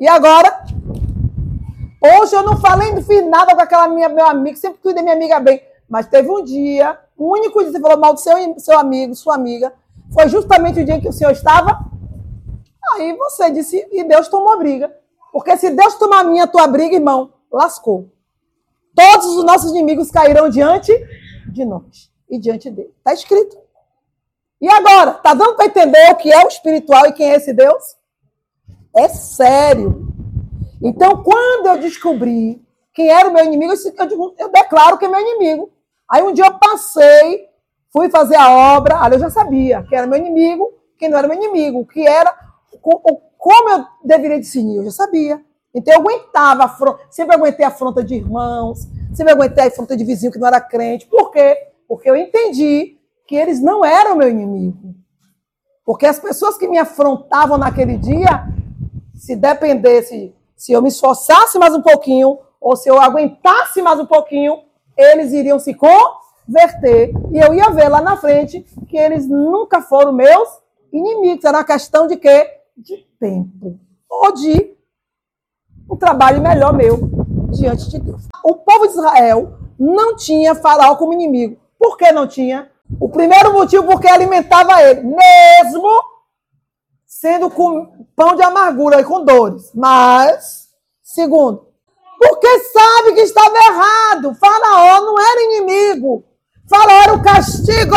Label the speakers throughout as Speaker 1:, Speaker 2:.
Speaker 1: E agora? Hoje eu não falei, não fiz nada com aquela meu amigo, sempre cuidei minha amiga bem. Mas teve um dia, o único dia que você falou mal do seu amigo, sua amiga, foi justamente o dia em que o senhor estava. Aí você disse, e Deus tomou briga. Porque se Deus tomar a minha, a tua briga, irmão, lascou. Todos os nossos inimigos cairão diante de nós e diante dele. Está escrito. E agora? Está dando para entender o que é o espiritual e quem é esse Deus? É sério. Então, quando eu descobri quem era o meu inimigo, eu declaro que é meu inimigo. Aí um dia eu passei, fui fazer a obra, ali eu já sabia quem era meu inimigo, quem não era meu inimigo, que era, como eu deveria discernir, eu já sabia. Então eu aguentava, sempre aguentei a afronta de irmãos, sempre aguentei a afronta de vizinho que não era crente. Por quê? Porque eu entendi que eles não eram meu inimigo. Porque as pessoas que me afrontavam naquele dia, se dependesse, se eu me esforçasse mais um pouquinho, ou se eu aguentasse mais um pouquinho, eles iriam se converter. E eu ia ver lá na frente que eles nunca foram meus inimigos. Era uma questão de quê? De tempo. Ou de um trabalho melhor meu diante de Deus. O povo de Israel não tinha Faraó como inimigo. Por que não tinha? O primeiro motivo, porque alimentava ele, mesmo sendo com pão de amargura e com dores. Mas, segundo, porque sabe que estava errado. Faraó não era inimigo. Faraó era o castigo.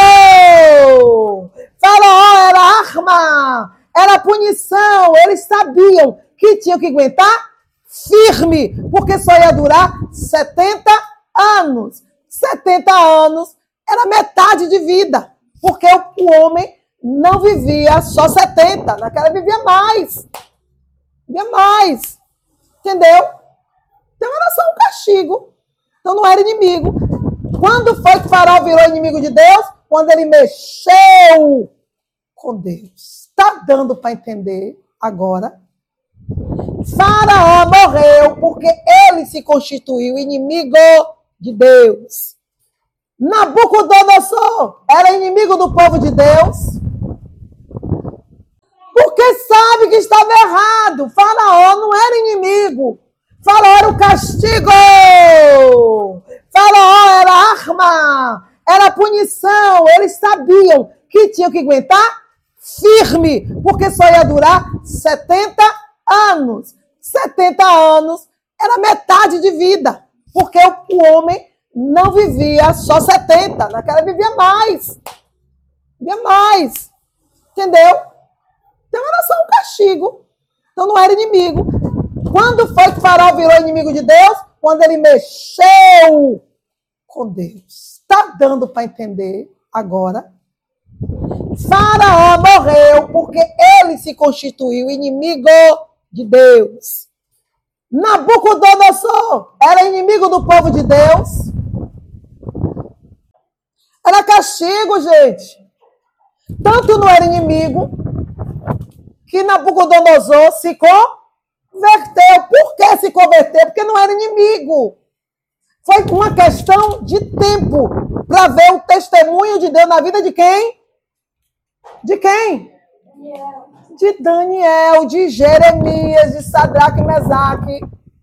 Speaker 1: Faraó era arma. Era punição. Eles sabiam que tinham que aguentar firme, porque só ia durar 70 anos. 70 anos era metade de vida, porque o homem não vivia só 70, naquela vivia mais. Vivia mais. Entendeu? Então era só um castigo. Então não era inimigo. Quando foi que Faraó virou inimigo de Deus? Quando ele mexeu com Deus. Está dando para entender agora? Faraó morreu porque ele se constituiu inimigo de Deus. Nabucodonosor era inimigo do povo de Deus porque sabe que estava errado. Faraó não era inimigo. Faraó era o castigo. Faraó era arma. Era punição. Eles sabiam que tinham que aguentar firme, porque só ia durar 70 anos. 70 anos era metade de vida, porque o homem não vivia só 70, naquela vivia mais. Vivia mais. Entendeu? Então era só um castigo. Então não era inimigo. Quando foi que Faraó virou inimigo de Deus? Quando ele mexeu com Deus. Está dando para entender agora? Faraó morreu porque ele se constituiu inimigo de Deus. Nabucodonosor era inimigo do povo de Deus. Era castigo, gente. Tanto não era inimigo que Nabucodonosor se converteu. Por que se converteu? Porque não era inimigo. Foi uma questão de tempo para ver o testemunho de Deus na vida de quem? De quem? De Daniel, de Jeremias, de Sadraque e Mesaque.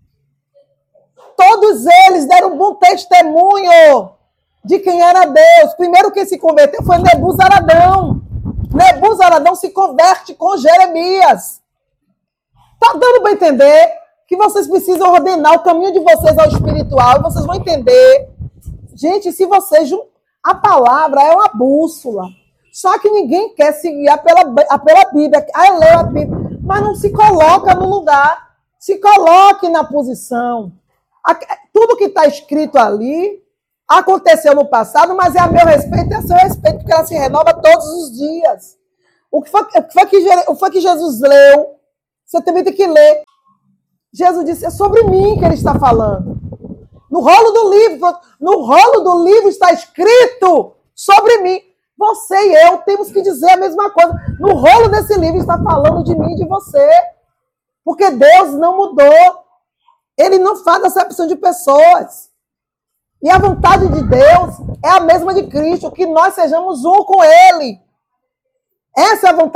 Speaker 1: Todos eles deram um bom testemunho de quem era Deus. Primeiro quem se converteu foi Nebuzaradão. Nebuzaradão se converte com Jeremias. Está dando para entender que vocês precisam ordenar o caminho de vocês ao espiritual e vocês vão entender. Gente, se vocês... A palavra é uma bússola. Só que ninguém quer se guiar pela Bíblia. Eu leio a Bíblia. Mas não se coloca no lugar. Se coloque na posição. Tudo que está escrito ali aconteceu no passado, mas é a meu respeito e a seu respeito, porque ela se renova todos os dias. O que foi que Jesus leu? Você também tem que ler. Jesus disse, é sobre mim que ele está falando. No rolo do livro está escrito sobre mim. Você e eu temos que dizer a mesma coisa. No rolo desse livro está falando de mim e de você. Porque Deus não mudou. Ele não faz acepção de pessoas. E a vontade de Deus é a mesma de Cristo, que nós sejamos um com Ele. Essa é a vontade.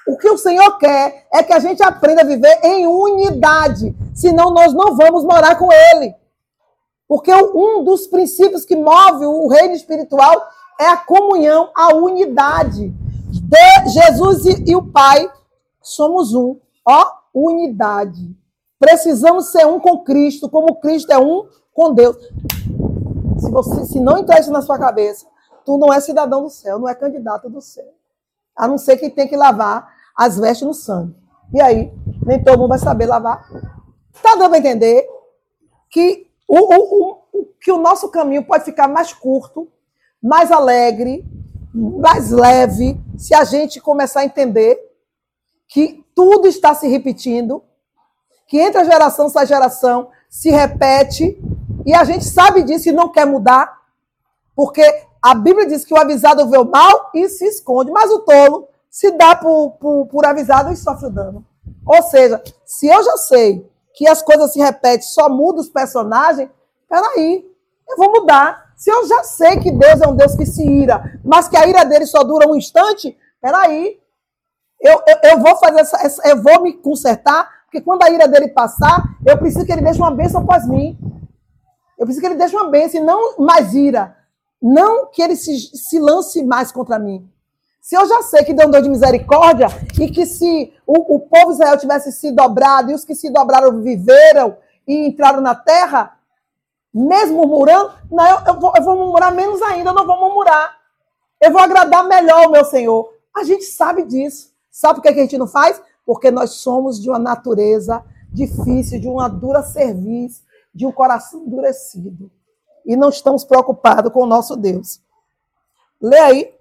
Speaker 1: O que o Senhor quer é que a gente aprenda a viver em unidade. Senão nós não vamos morar com Ele. Porque um dos princípios que move o reino espiritual é a comunhão, a unidade. De Jesus e o Pai somos um. Ó, unidade. Precisamos ser um com Cristo, como Cristo é um com Deus. Se não entrar isso na sua cabeça, tu não é cidadão do céu, não é candidato do céu. A não ser que tem que lavar as vestes no sangue. E aí, nem todo mundo vai saber lavar. Está dando a entender que o nosso caminho pode ficar mais curto, mais alegre, mais leve, se a gente começar a entender que tudo está se repetindo, que entre a geração e a geração se repete, e a gente sabe disso e não quer mudar, porque a Bíblia diz que o avisado vê o mal e se esconde, mas o tolo se dá por avisado e sofre o dano. Ou seja, se eu já sei que as coisas se repetem, só muda os personagens, peraí, eu vou mudar. Se eu já sei que Deus é um Deus que se ira, mas que a ira dele só dura um instante, peraí, eu vou fazer eu vou me consertar, porque quando a ira dele passar, eu preciso que ele deixe uma bênção após mim. Eu preciso que ele deixe uma bênção e não mais ira. Não que ele se lance mais contra mim. Se eu já sei que Deus é um Deus de misericórdia e que se o povo de Israel tivesse se dobrado e os que se dobraram viveram e entraram na terra, mesmo murmurando, não, eu vou murmurar menos ainda, eu não vou murmurar. Eu vou agradar melhor o meu Senhor. A gente sabe disso. Sabe por que a gente não faz? Porque nós somos de uma natureza difícil, de uma dura cerviz, de um coração endurecido. E não estamos preocupados com o nosso Deus. Lê aí.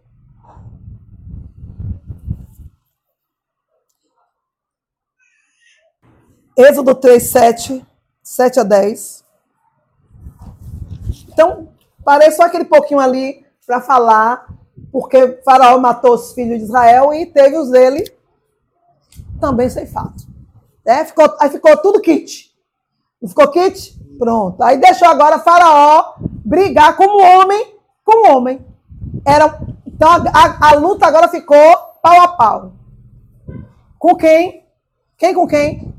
Speaker 1: Êxodo 3, 7 a 10. Então, parei só aquele pouquinho ali para falar, porque Faraó matou os filhos de Israel e teve os dele também ceifados. Aí ficou tudo kit. Não ficou kit? Pronto. Aí deixou agora Faraó brigar como homem com homem. Então a luta agora ficou pau a pau. Com quem? Quem com quem?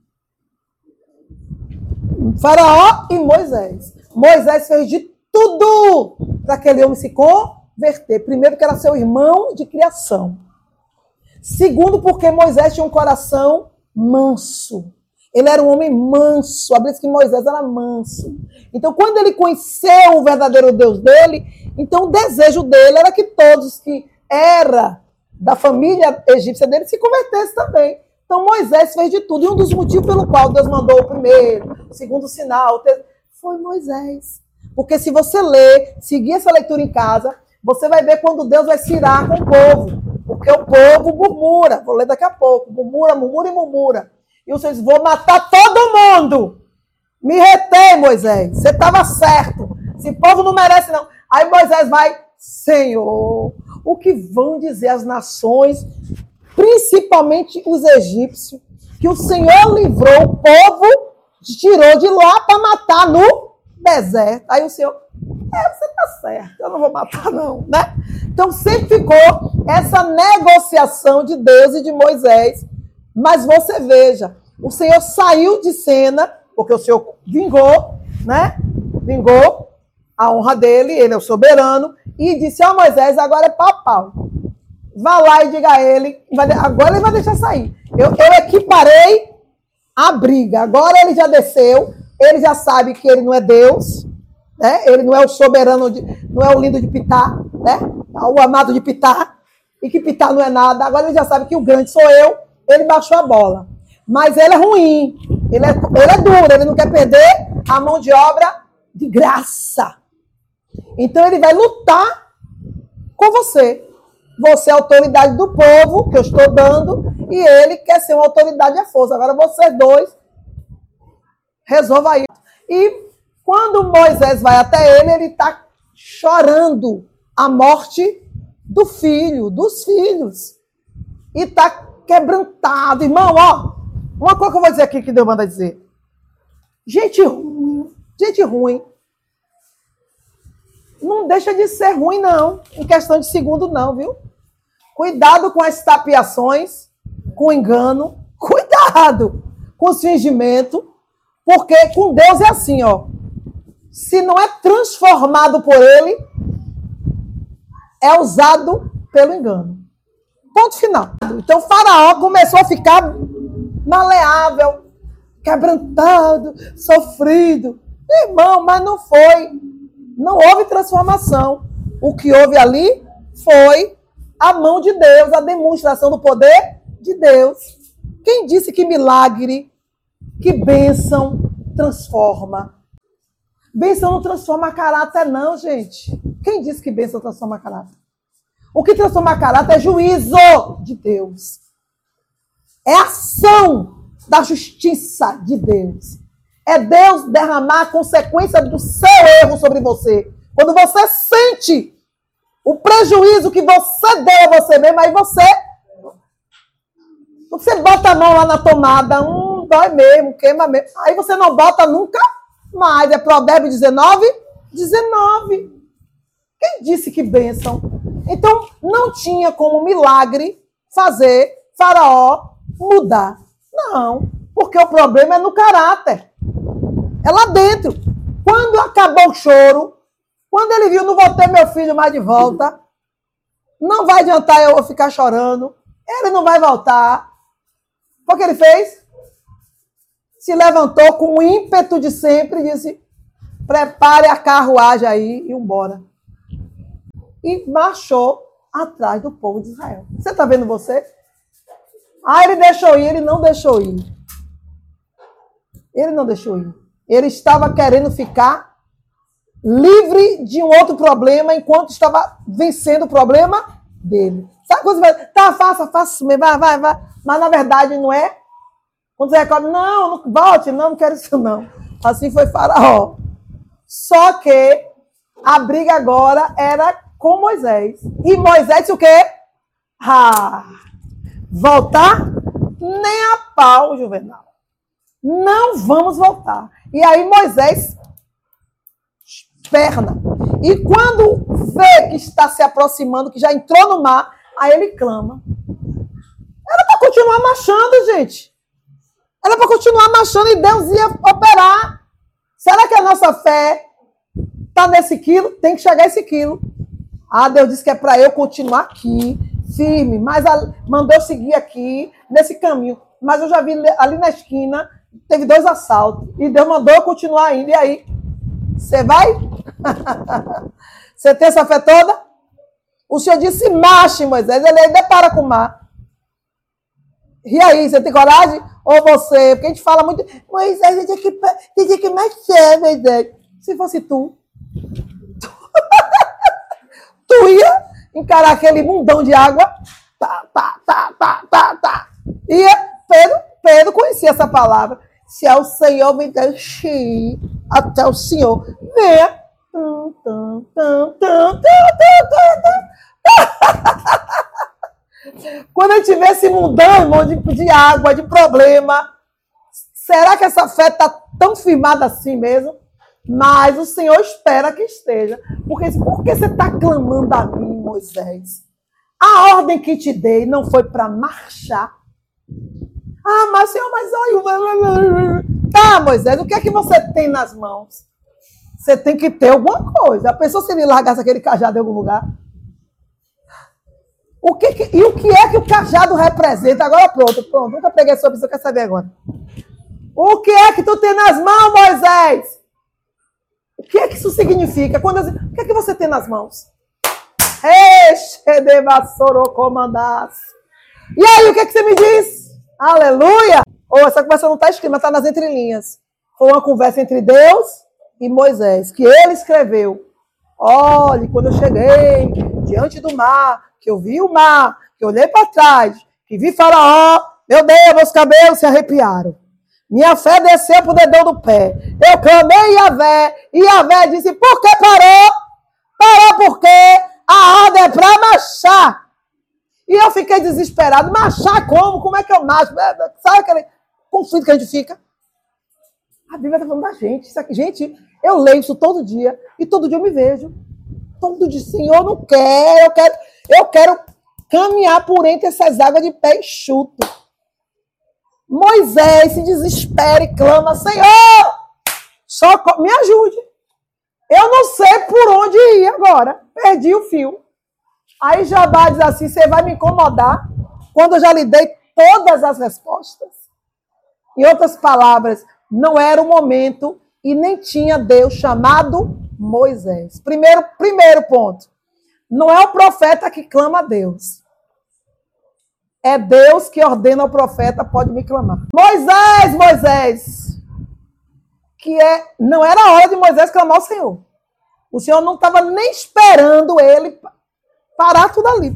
Speaker 1: Faraó e Moisés. Moisés fez de tudo para aquele homem se converter. Primeiro, que era seu irmão de criação. Segundo, porque Moisés tinha um coração manso. Ele era um homem manso. A Bíblia diz que Moisés era manso. Então, quando ele conheceu o verdadeiro Deus dele, então o desejo dele era que todos que era da família egípcia dele se convertessem também. Então, Moisés fez de tudo. E um dos motivos pelo qual Deus mandou o primeiro, o segundo sinal, o terceiro, foi Moisés. Porque se você ler, seguir essa leitura em casa, você vai ver quando Deus vai se irar com o povo. Porque o povo murmura. Vou ler daqui a pouco. Murmura, murmura e murmura. E o Senhor diz, vou matar todo mundo. Me retém, Moisés. Você estava certo. Esse povo não merece, não. Aí Moisés vai, Senhor, o que vão dizer as nações, principalmente os egípcios, que o Senhor livrou o povo, tirou de lá para matar no deserto. Aí o Senhor, você está certo, eu não vou matar não, né? Então sempre ficou essa negociação de Deus e de Moisés. Mas você veja, o Senhor saiu de cena, porque o Senhor vingou, né? Vingou a honra dele, ele é o soberano, e disse, Moisés, agora é pau. Vá lá e diga a ele, agora ele vai deixar sair. Eu equiparei a briga, agora ele já desceu, ele já sabe que ele não é Deus, né? Ele não é o soberano, não é o lindo de Pitá, né? O amado de Pitá, e que Pitá não é nada, agora ele já sabe que o grande sou eu, ele baixou a bola. Mas ele é ruim, ele é duro, ele não quer perder a mão de obra de graça. Então ele vai lutar com você. Você é a autoridade do povo, que eu estou dando, e ele quer ser uma autoridade à força. Agora vocês dois, resolva isso. E quando Moisés vai até ele está chorando a morte do filho, dos filhos. E está quebrantado. Irmão, ó, uma coisa que eu vou dizer aqui que Deus manda dizer. Gente ruim. Não deixa de ser ruim, não. Em questão de segundo, não, viu? Cuidado com as tapiações, com engano, cuidado com os fingimentos, porque com Deus é assim, ó. Se não é transformado por ele, é usado pelo engano. Ponto final. Então, Faraó começou a ficar maleável, quebrantado, sofrido. Irmão, mas não foi. Não houve transformação. O que houve ali foi a mão de Deus, a demonstração do poder de Deus. Quem disse que milagre, que bênção transforma? Bênção não transforma caráter, não, gente. Quem disse que bênção transforma caráter? O que transforma caráter é juízo de Deus. É ação da justiça de Deus. É Deus derramar a consequência do seu erro sobre você. Quando você sente o prejuízo que você deu a você mesmo, aí você bota a mão lá na tomada, dói mesmo, queima mesmo. Aí você não bota nunca mais. É Provérbios 19. Quem disse que bênção? Então, não tinha como milagre fazer Faraó mudar. Não, porque o problema é no caráter. É lá dentro. Quando acabou o choro, quando ele viu, não vou ter meu filho mais de volta, não vai adiantar eu ficar chorando, ele não vai voltar. O que ele fez? Se levantou com o ímpeto de sempre e disse, prepare a carruagem aí e embora. E marchou atrás do povo de Israel. Você está vendo você? Ele deixou ir, ele não deixou ir. Ele não deixou ir. Ele estava querendo ficar livre de um outro problema enquanto estava vencendo o problema dele. Sabe quando você vai, tá, faça mesmo, vai. Mas na verdade não é. Quando você recorda, não volte, não quero isso não. Assim foi Faraó. Só que a briga agora era com Moisés. E Moisés o quê? Voltar? Nem a pau, Juvenal. Não vamos voltar. E aí Moisés perna. E quando vê que está se aproximando, que já entrou no mar, aí ele clama. Era para continuar marchando, gente. Era para continuar marchando e Deus ia operar. Será que a nossa fé está nesse quilo? Tem que chegar a esse quilo. Deus disse que é para eu continuar aqui, firme, mas mandou eu seguir aqui, nesse caminho. Mas eu já vi ali na esquina, teve 2 assaltos, e Deus mandou eu continuar indo. E aí? Você vai? Você tem essa fé toda? O Senhor disse, marche, Moisés. Ele depara com o mar. E aí, você tem coragem? Ou você? Porque a gente fala muito, Moisés, a gente tem que mexer, Moisés. Se fosse tu, tu ia encarar aquele mundão de água. Tá. E Pedro conhecia essa palavra. Se é o Senhor me deixe até o Senhor. Venha. Quando eu tiver esse mundão, irmão, de água, de problema, será que essa fé está tão firmada assim mesmo? Mas o Senhor espera que esteja. Porque por que você está clamando a mim, Moisés? A ordem que te dei não foi para marchar. Mas Senhor, olha. Tá, Moisés, o que é que você tem nas mãos? Você tem que ter alguma coisa. A pessoa, se ele largasse aquele cajado em algum lugar. O que é que o cajado representa? Agora pronto. Nunca peguei sobre isso, eu quero saber agora. O que é que tu tem nas mãos, Moisés? O que é que isso significa? O que é que você tem nas mãos? E aí, o que é que você me diz? Aleluia! Essa conversa não está escrita, mas está nas entrelinhas. Foi uma conversa entre Deus e Moisés, que ele escreveu. Olha, quando eu cheguei diante do mar, que eu vi o mar, que eu olhei para trás, que vi Faraó, meu Deus, meus cabelos se arrepiaram. Minha fé desceu para o dedão do pé. Eu clamei e Yahvé disse, por que parou? Parou porque a ordem é para marchar. E eu fiquei desesperado. Marchar como? Como é que eu marcho? Sabe aquele conflito que a gente fica? A Bíblia está falando da gente. Isso aqui, gente, eu leio isso todo dia e todo dia eu me vejo. Todo dia, Senhor, não quero. Eu quero caminhar por entre essas águas de pé enxuto. Moisés se desespera e clama, Senhor, me ajude. Eu não sei por onde ir agora. Perdi o fio. Aí Jeová diz assim, você vai me incomodar quando eu já lhe dei todas as respostas? Em outras palavras, não era o momento e nem tinha Deus chamado Moisés. Primeiro ponto. Não é o profeta que clama a Deus. É Deus que ordena ao profeta, pode me clamar. Moisés. Não era a hora de Moisés clamar ao Senhor. O Senhor não estava nem esperando ele parar tudo ali.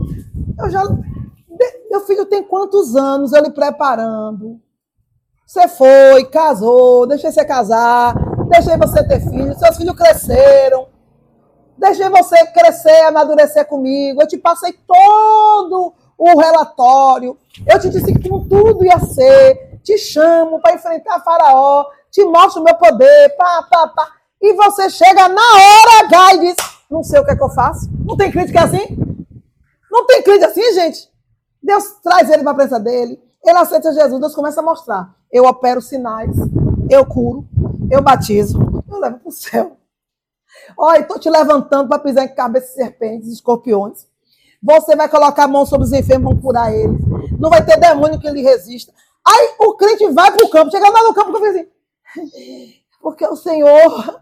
Speaker 1: Meu filho tem quantos anos eu lhe preparando? Você foi, casou, deixei você casar, deixei você ter filhos, seus filhos cresceram, deixei você crescer, amadurecer comigo, eu te passei todo o relatório, eu te disse que tudo ia ser, te chamo para enfrentar Faraó, te mostro o meu poder, e você chega na hora H e diz, não sei o que é que eu faço. Não tem crente que é assim? Não tem crente assim, gente? Deus traz ele para a presença dele, ele aceita Jesus, Deus começa a mostrar. Eu opero sinais, eu curo, eu batizo, eu levo para o céu. Olha, estou te levantando para pisar em cabeça de serpentes, escorpiões. Você vai colocar a mão sobre os enfermos, vão curar eles. Não vai ter demônio que lhe resista. Aí o crente vai para o campo, chega lá no campo e fica assim, porque o Senhor...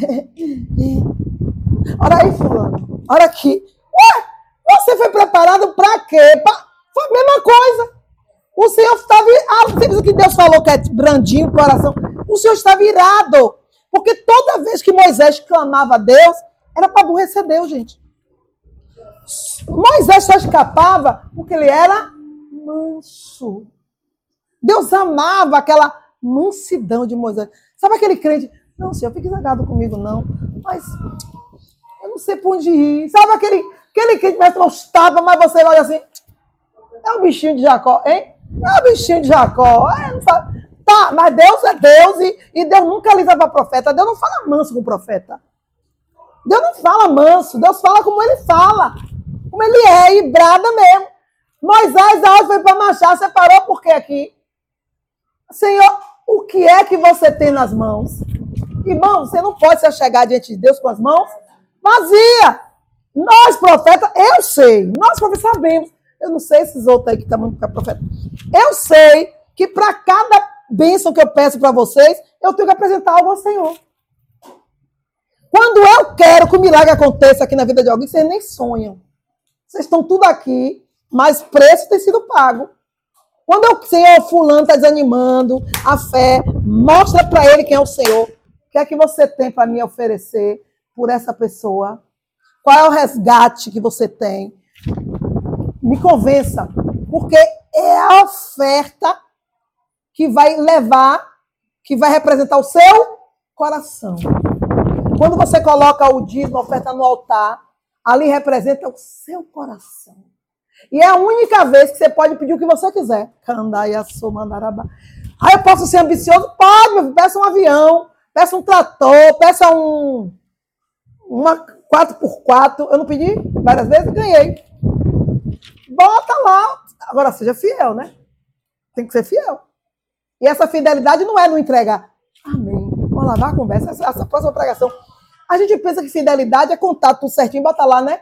Speaker 1: Olha aí, fulano, olha aqui. Ué, você foi preparado para quê? Foi a mesma coisa. O Senhor estava... você viu que Deus falou que é brandinho o coração? O Senhor estava irado. Porque toda vez que Moisés clamava a Deus, era para aborrecer Deus, gente. Moisés só escapava porque ele era manso. Deus amava aquela mansidão de Moisés. Sabe aquele crente? Não, Senhor, fique zangado comigo, não. Mas eu não sei por onde ir. Sabe aquele crente que vai tomar uns tapas, mas você olha assim... É o bichinho de Jacó, hein? É o bichinho de Jacó. Não sabe. Tá, mas Deus é Deus e Deus nunca livra para profeta. Deus não fala manso com o profeta. Deus não fala manso. Deus fala como ele fala. Como ele é, e brada mesmo. Moisés, a hora foi para marchar, você parou por quê aqui? Senhor, o que é que você tem nas mãos? Irmão, você não pode se chegar diante de Deus com as mãos vazias. Nós, profetas, eu sei. Nós, profetas, sabemos. Eu não sei esses outros aí que estão muito para profeta. Eu sei que para cada bênção que eu peço para vocês, eu tenho que apresentar algo ao Senhor. Quando eu quero que o milagre aconteça aqui na vida de alguém, vocês nem sonham. Vocês estão tudo aqui, mas preço tem sido pago. Quando o Senhor fulano está desanimando a fé, mostra para ele quem é o Senhor. O que é que você tem para me oferecer por essa pessoa? Qual é o resgate que você tem? Me convença, porque é a oferta que vai levar, que vai representar o seu coração. Quando você coloca o dízimo, a oferta no altar, ali representa o seu coração. E é a única vez que você pode pedir o que você quiser. Ah, eu posso ser ambicioso? Pode, meu filho. Peça um avião, peça um trator, peça uma 4x4. Eu não pedi várias vezes? Ganhei. Bota lá. Agora, seja fiel, né? Tem que ser fiel. E essa fidelidade não é no entregar. Amém. Vamos lavar a conversa. Essa próxima pregação. A gente pensa que fidelidade é contar tudo certinho e botar lá, né?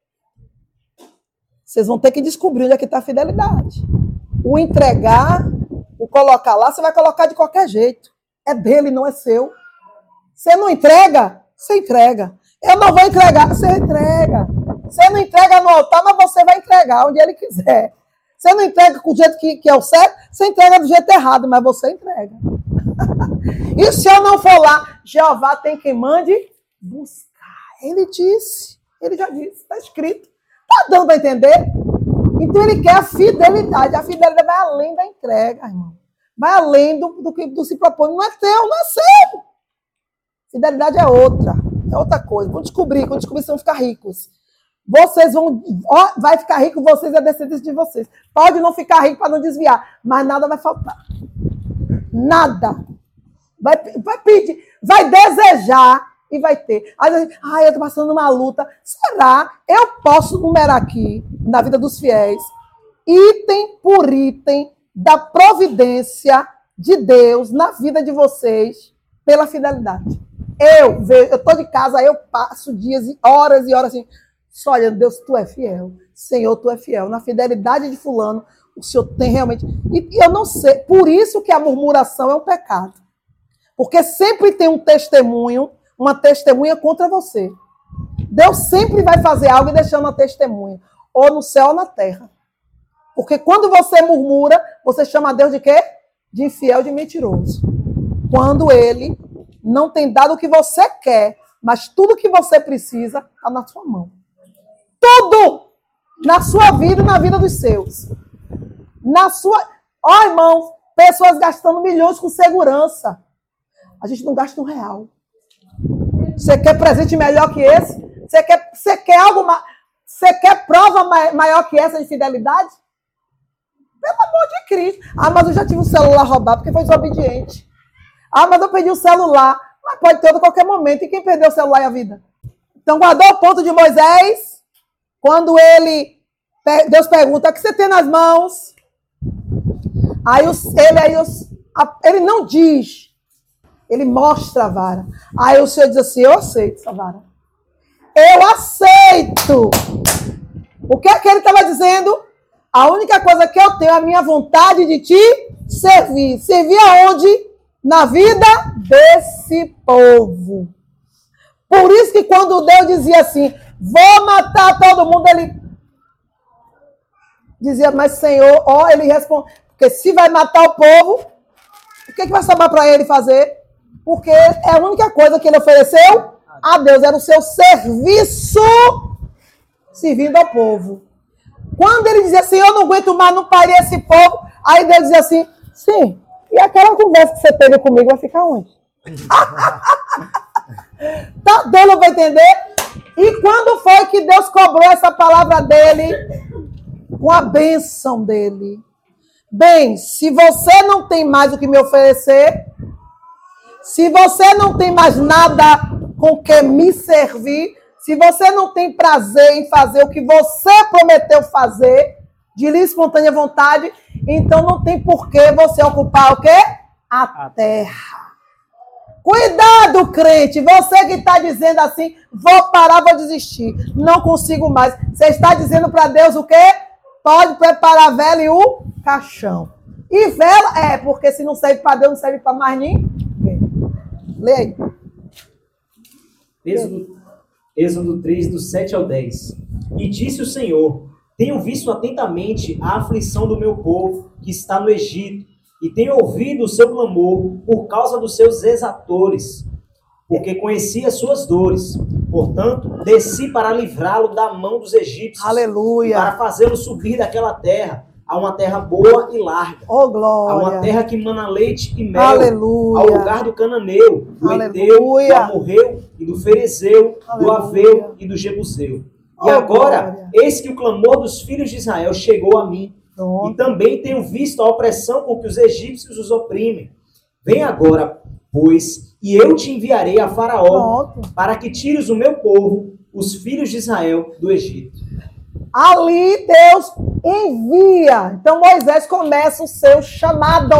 Speaker 1: Vocês vão ter que descobrir onde é que está a fidelidade. O entregar, o colocar lá, você vai colocar de qualquer jeito. É dele, não é seu. Você não entrega? Você entrega. Eu não vou entregar, você entrega. Você não entrega no altar, mas você vai entregar onde ele quiser. Você não entrega do jeito que é o certo, você entrega do jeito errado, mas você entrega. E se eu não for lá, Jeová tem quem mande buscar. Ele disse, ele já disse, está escrito. Está dando para entender? Então ele quer a fidelidade. A fidelidade vai além da entrega, irmão. Vai além do que se propõe. Não é teu, não é seu. Fidelidade é outra coisa. Vão descobrir, quando descobrir, vocês vão ficar ricos. Vocês vão, vai ficar rico vocês e a descendência de vocês. Pode não ficar rico para não desviar, mas nada vai faltar. Nada. Vai pedir, vai desejar e vai ter. Aí, eu estou passando uma luta. Será? Eu posso numerar aqui, na vida dos fiéis, item por item, da providência de Deus na vida de vocês pela fidelidade. Eu estou de casa, eu passo dias e horas assim, só olhando, Deus, tu é fiel. Senhor, tu é fiel. Na fidelidade de fulano, o Senhor tem realmente... E eu não sei, por isso que a murmuração é um pecado. Porque sempre tem um testemunho, uma testemunha contra você. Deus sempre vai fazer algo e deixando uma testemunha. Ou no céu ou na terra. Porque quando você murmura, você chama Deus de quê? De infiel, de mentiroso. Quando ele não tem dado o que você quer, mas tudo que você precisa está na sua mão. Tudo! Na sua vida e na vida dos seus. Na sua... Ó, irmão, pessoas gastando milhões com segurança. A gente não gasta R$1. Você quer presente melhor que esse? Você quer algo mais... Você quer prova maior que essa de fidelidade? Pelo amor de Cristo. Ah, mas eu já tive um celular roubado porque foi desobediente. Ah, mas eu perdi o celular. Mas pode ter a qualquer momento. E quem perdeu o celular e a vida? Então, guardou o ponto de Moisés. Quando Deus pergunta, o que você tem nas mãos? Ele não diz. Ele mostra a vara. Aí o Senhor diz assim, eu aceito essa vara. Eu aceito. O que é que ele estava dizendo? A única coisa que eu tenho é a minha vontade de te servir. Servir aonde? Na vida desse povo. Por isso que quando Deus dizia assim, vou matar todo mundo, ele dizia, mas Senhor, ele responde, porque se vai matar o povo, o que vai sobrar para ele fazer? Porque é a única coisa que ele ofereceu a Deus, era o seu serviço servindo ao povo. Quando ele dizia assim, eu não aguento mais, não parei esse povo, aí Deus dizia assim, sim, e aquela conversa que você teve comigo vai ficar onde? Tá dando para entender? E quando foi que Deus cobrou essa palavra dele? Com a bênção dele. Bem, se você não tem mais o que me oferecer, se você não tem mais nada com que me servir, se você não tem prazer em fazer o que você prometeu fazer, de livre e espontânea vontade, então não tem por que você ocupar o quê? A terra. Cuidado, crente, você que está dizendo assim, vou parar, vou desistir, não consigo mais. Você está dizendo para Deus o quê? Pode preparar a vela e o caixão. E vela, porque se não serve para Deus, não serve para mais ninguém. Lê aí.
Speaker 2: Êxodo 3, do 7 ao 10. E disse o Senhor, tenho visto atentamente a aflição do meu povo que está no Egito, e tenho ouvido o seu clamor por causa dos seus exatores, porque conheci as suas dores. Portanto, desci para livrá-lo da mão dos egípcios.
Speaker 1: Aleluia.
Speaker 2: Para fazê-lo subir daquela terra a uma terra boa e larga.
Speaker 1: Oh, glória.
Speaker 2: A uma terra que mana leite e mel.
Speaker 1: Aleluia.
Speaker 2: Ao lugar do cananeu, do Eteu, do amorreu e do ferezeu, do aveu e do jebuseu. E agora,
Speaker 1: glória.
Speaker 2: Eis que o clamor dos filhos de Israel chegou a mim. Pronto. E também tenho visto a opressão com que os egípcios os oprimem. Vem agora, pois, e eu te enviarei a Faraó, para que tires o meu povo, os filhos de Israel, do Egito.
Speaker 1: Ali Deus envia. Então Moisés começa o seu chamado.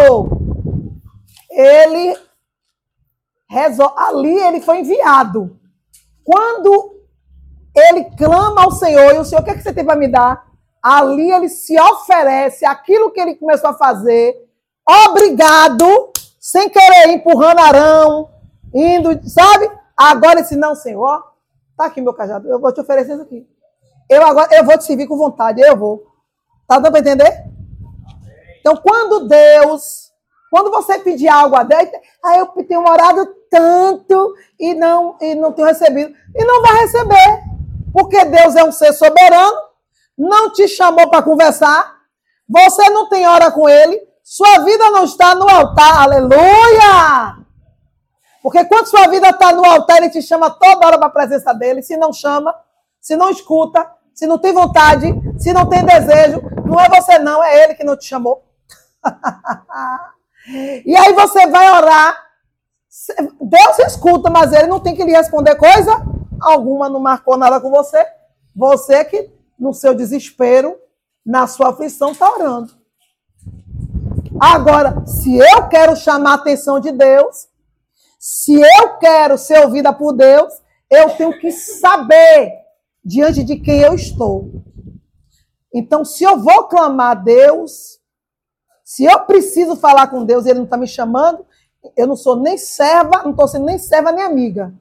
Speaker 1: Ali ele foi enviado. Quando ele clama ao Senhor, e o Senhor, o que é que você tem para me dar? Ali ele se oferece aquilo que ele começou a fazer, obrigado, sem querer, empurrando Arão, indo, sabe? Agora ele disse, não, Senhor, tá aqui meu cajado, eu vou te oferecer isso aqui. Eu vou te servir com vontade, eu vou. Tá dando para entender? Então, quando você pedir algo a Deus, eu tenho orado tanto e não tenho recebido. E não vai receber, porque Deus é um ser soberano, não te chamou para conversar, você não tem hora com ele, sua vida não está no altar, aleluia! Porque quando sua vida está no altar, ele te chama toda hora para a presença dele, se não chama, se não escuta, se não tem vontade, se não tem desejo, não é você não, é ele que não te chamou. E aí você vai orar, Deus escuta, mas ele não tem que lhe responder coisa alguma, não marcou nada com você. Você que, no seu desespero, na sua aflição, está orando. Agora, se eu quero chamar a atenção de Deus, se eu quero ser ouvida por Deus, eu tenho que saber diante de quem eu estou. Então, se eu vou clamar a Deus, se eu preciso falar com Deus e Ele não está me chamando, eu não sou nem serva, não estou sendo nem serva nem amiga.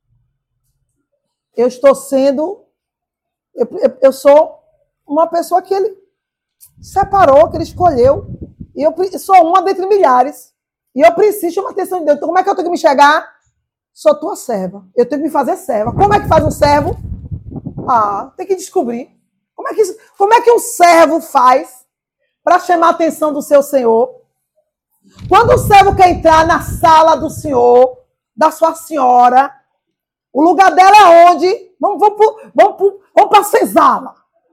Speaker 1: Eu estou sendo, eu sou uma pessoa que Ele separou, que Ele escolheu. E eu sou uma dentre milhares. E eu preciso chamar a atenção de Deus. Então, como é que eu tenho que me chegar? Sou tua serva. Eu tenho que me fazer serva. Como é que faz um servo? Tem que descobrir. Como é que um servo faz para chamar a atenção do seu Senhor? Quando o servo quer entrar na sala do Senhor, da sua senhora, o lugar dela é onde? Vamos para a senzala.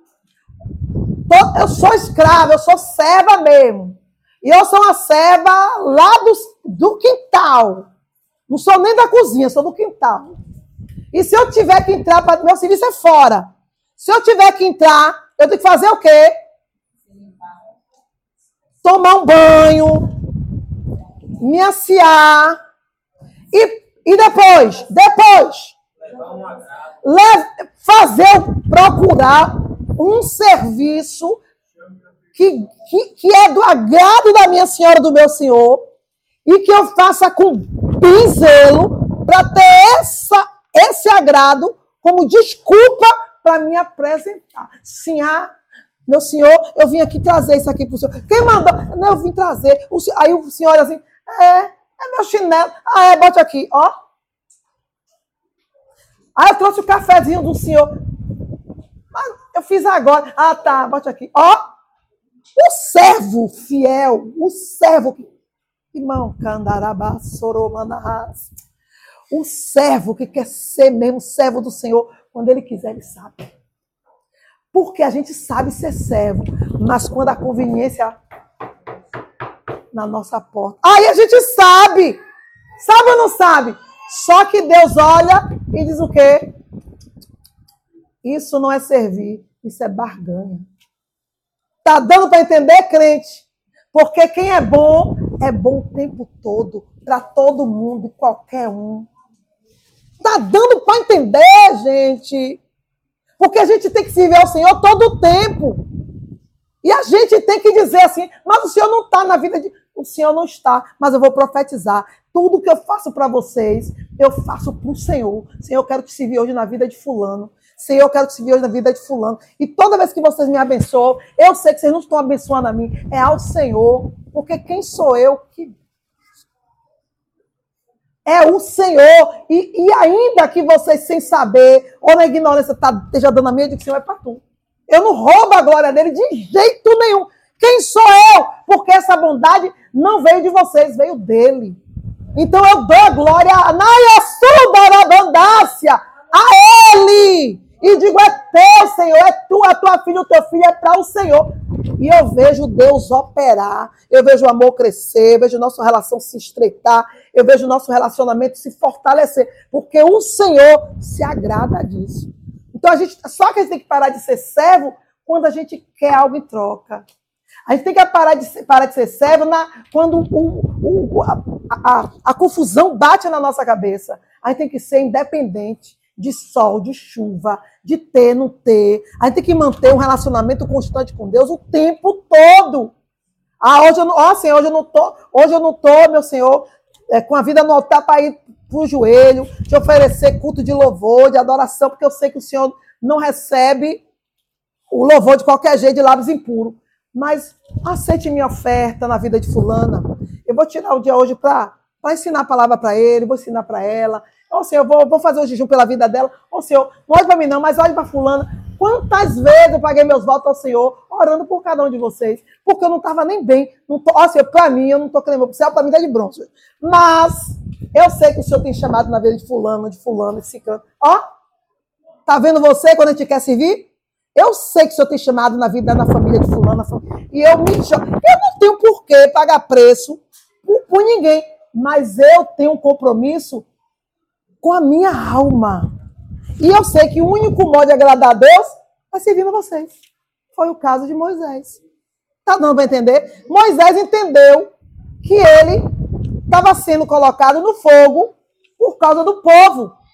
Speaker 1: Eu sou escrava, eu sou serva mesmo. E eu sou uma serva lá do quintal. Não sou nem da cozinha, sou do quintal. E se eu tiver que entrar, meu serviço é fora. Se eu tiver que entrar, eu tenho que fazer o quê? Tomar um banho, me aciar. E depois, procurar um serviço que é do agrado da minha senhora, do meu senhor, e que eu faça com bem zelo para ter esse agrado como desculpa para me apresentar. Sim, meu senhor, eu vim aqui trazer isso aqui para o senhor. Quem mandou? Não, eu vim trazer. Aí o senhor assim, é meu chinelo. Bote aqui, ó. Eu trouxe o cafezinho do senhor. Mas eu fiz agora. Tá, bote aqui. Ó. O servo fiel, o servo que... Irmão, candarabá, soromanahás. O servo que quer ser mesmo servo do Senhor, quando ele quiser, ele sabe. Porque a gente sabe ser servo, mas quando a conveniência na nossa porta, aí a gente sabe. Sabe ou não sabe? Só que Deus olha e diz o quê? Isso não é servir, isso é barganha. Tá dando para entender, crente? Porque quem é bom o tempo todo, para todo mundo, qualquer um. Tá dando para entender, gente? Porque a gente tem que servir ao Senhor todo o tempo. E a gente tem que dizer assim, mas o Senhor não está na vida de... O Senhor não está, mas eu vou profetizar. Tudo que eu faço para vocês, eu faço para o Senhor. Senhor, eu quero te servir hoje na vida de fulano. Senhor, eu quero te servir hoje na vida de fulano. E toda vez que vocês me abençoam, eu sei que vocês não estão abençoando a mim, é ao Senhor. Porque quem sou eu que... É o Senhor. E ainda que vocês, sem saber, ou na ignorância, esteja dando a minha, eu digo, Senhor, é para tu. Eu não roubo a glória dele de jeito nenhum. Quem sou eu? Porque essa bondade não veio de vocês, veio dele. Então eu dou a glória a ele. E digo, é teu, Senhor, é tu, a tua filha, o teu filho, é para o Senhor. E eu vejo Deus operar, eu vejo o amor crescer, eu vejo nossa relação se estreitar, eu vejo nosso relacionamento se fortalecer, porque o Senhor se agrada disso. Então, só que a gente tem que parar de ser servo quando a gente quer algo em troca. A gente tem que parar de ser servo quando a confusão bate na nossa cabeça. A gente tem que ser independente de sol, de chuva, de ter, não ter. A gente tem que manter um relacionamento constante com Deus o tempo todo. Senhor, hoje eu não tô, meu Senhor, com a vida no altar para ir pro joelho, te oferecer culto de louvor, de adoração, porque eu sei que o Senhor não recebe o louvor de qualquer jeito, de lábios impuros. Mas aceite minha oferta na vida de fulana. Eu vou tirar o dia hoje para ensinar a palavra para ele, vou ensinar para ela. Senhor, eu vou fazer o jejum pela vida dela. Senhor, não olhe para mim não, mas olhe para fulana. Quantas vezes eu paguei meus votos ao Senhor, orando por cada um de vocês, porque eu não estava nem bem. Senhor, para mim, eu não estou querendo o céu, para mim está de bronze. Mas eu sei que o Senhor tem chamado na vida de fulano, de ciclano. Tá vendo você quando a gente quer servir? Eu sei que o Senhor tem chamado na vida, na família de fulano. E eu não tenho por que pagar preço por ninguém. Mas eu tenho um compromisso com a minha alma. E eu sei que o único modo de agradar a Deus é servindo a vocês. Foi o caso de Moisés. Tá dando para entender? Moisés entendeu que ele estava sendo colocado no fogo por causa do povo.